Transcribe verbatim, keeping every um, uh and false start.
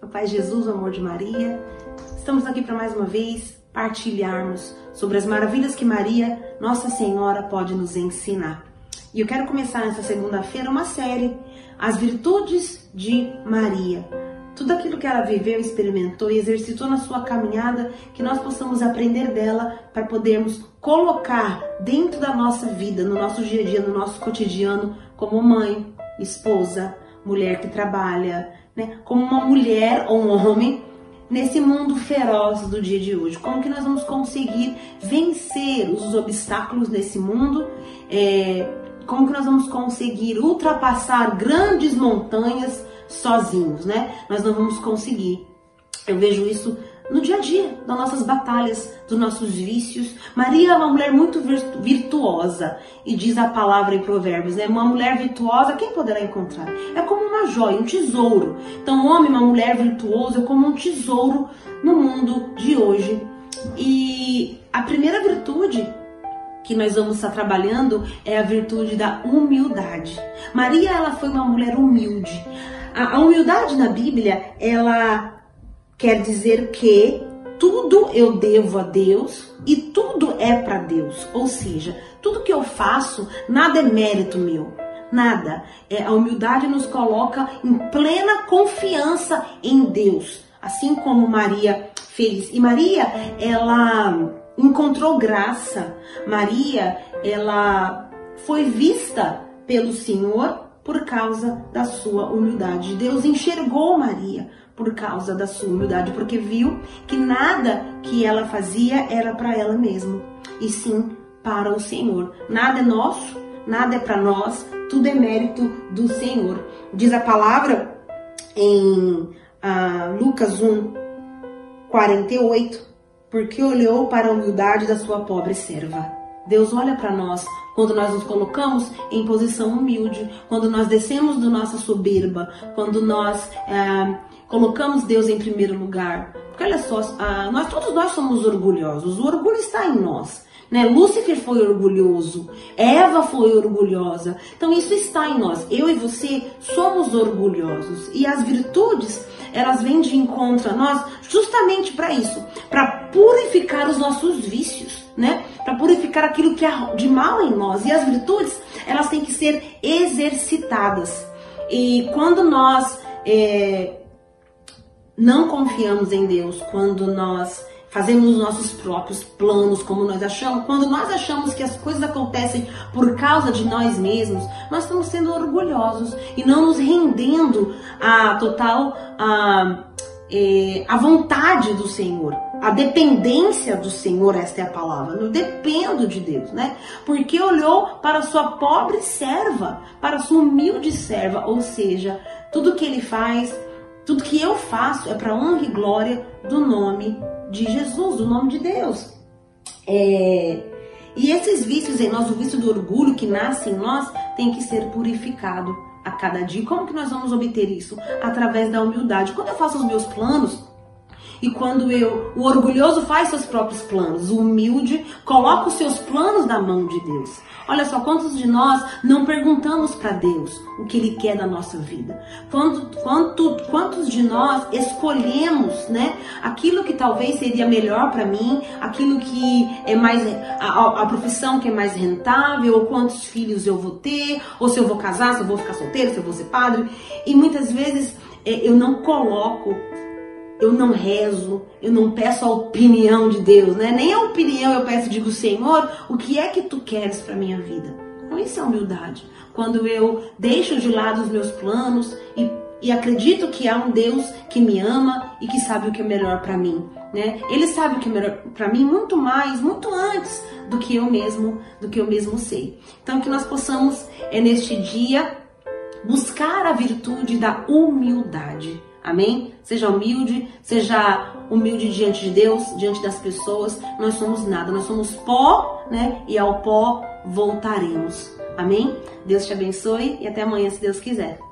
paz de Jesus, o amor de Maria. Estamos aqui para mais uma vez partilharmos sobre as maravilhas que Maria, Nossa Senhora, pode nos ensinar. E eu quero começar nessa segunda-feira uma série, As Virtudes de Maria. Tudo aquilo que ela viveu, experimentou e exercitou na sua caminhada, que nós possamos aprender dela para podermos colocar dentro da nossa vida, no nosso dia a dia, no nosso cotidiano, como mãe, esposa, mulher que trabalha, né? Como uma mulher ou um homem nesse mundo feroz do dia de hoje. Como que nós vamos conseguir vencer os obstáculos nesse mundo? É, como que nós vamos conseguir ultrapassar grandes montanhas sozinhos, né? Nós não vamos conseguir. Eu vejo isso no dia a dia, das nossas batalhas, dos nossos vícios. Maria é uma mulher muito virtuosa, e diz a palavra em Provérbios, né? Uma mulher virtuosa, quem poderá encontrar? É como uma joia, um tesouro. Então, um homem, uma mulher virtuosa é como um tesouro no mundo de hoje. E a primeira virtude que nós vamos estar trabalhando é a virtude da humildade. Maria, ela foi uma mulher humilde. A, a humildade na Bíblia, ela quer dizer que tudo eu devo a Deus e tudo é para Deus. Ou seja, tudo que eu faço, nada é mérito meu. Nada. É, a humildade nos coloca em plena confiança em Deus. Assim como Maria fez. E Maria, ela encontrou graça. Maria, ela foi vista pelo Senhor por causa da sua humildade. Deus enxergou Maria por causa da sua humildade, porque viu que nada que ela fazia era para ela mesma, e sim para o Senhor. Nada é nosso, nada é para nós, tudo é mérito do Senhor. Diz a palavra em ah, Lucas um, quarenta e oito, porque olhou para a humildade da sua pobre serva. Deus olha para nós quando nós nos colocamos em posição humilde, quando nós descemos da nossa soberba, quando nós é, colocamos Deus em primeiro lugar. Porque olha só, ah, nós, todos nós somos orgulhosos, o orgulho está em nós. Né? Lúcifer foi orgulhoso, Eva foi orgulhosa, então isso está em nós. Eu e você somos orgulhosos, e as virtudes, elas vêm de encontro a nós justamente para isso, para purificar os nossos vícios, né? Para purificar aquilo que há de mal em nós. E as virtudes, elas têm que ser exercitadas. E quando nós é, não confiamos em Deus, quando nós fazemos os nossos próprios planos, como nós achamos, quando nós achamos que as coisas acontecem por causa de nós mesmos, nós estamos sendo orgulhosos e não nos rendendo a total a, é, a vontade do Senhor, a dependência do Senhor. Esta é a palavra. Eu dependo de Deus, né? Porque olhou para a sua pobre serva, para a sua humilde serva, ou seja, tudo que ele faz, tudo que eu faço é para honra e glória do nome de Jesus, do nome de Deus. É... E esses vícios em nós, o vício do orgulho que nasce em nós, tem que ser purificado a cada dia. Como que nós vamos obter isso? Através da humildade. Quando eu faço os meus planos, e quando eu, o orgulhoso faz seus próprios planos, o humilde coloca os seus planos na mão de Deus. Olha só, quantos de nós não perguntamos para Deus o que Ele quer da nossa vida? Quanto, quanto, quantos de nós escolhemos, né, aquilo que talvez seria melhor para mim, aquilo que é mais, a, a profissão que é mais rentável, ou quantos filhos eu vou ter, ou se eu vou casar, se eu vou ficar solteiro, se eu vou ser padre. E muitas vezes é, eu não coloco, eu não rezo, eu não peço a opinião de Deus, né? Nem a opinião eu peço, digo, Senhor, o que é que tu queres para minha vida? Então isso é humildade. Quando eu deixo de lado os meus planos e, e acredito que há um Deus que me ama e que sabe o que é melhor para mim, né? Ele sabe o que é melhor para mim muito mais, muito antes do que eu mesmo, do que eu mesmo sei. Então que nós possamos, é, neste dia, buscar a virtude da humildade. Amém? Seja humilde, seja humilde diante de Deus, diante das pessoas. Nós somos nada, nós somos pó, né? E ao pó voltaremos. Amém? Deus te abençoe e até amanhã, se Deus quiser.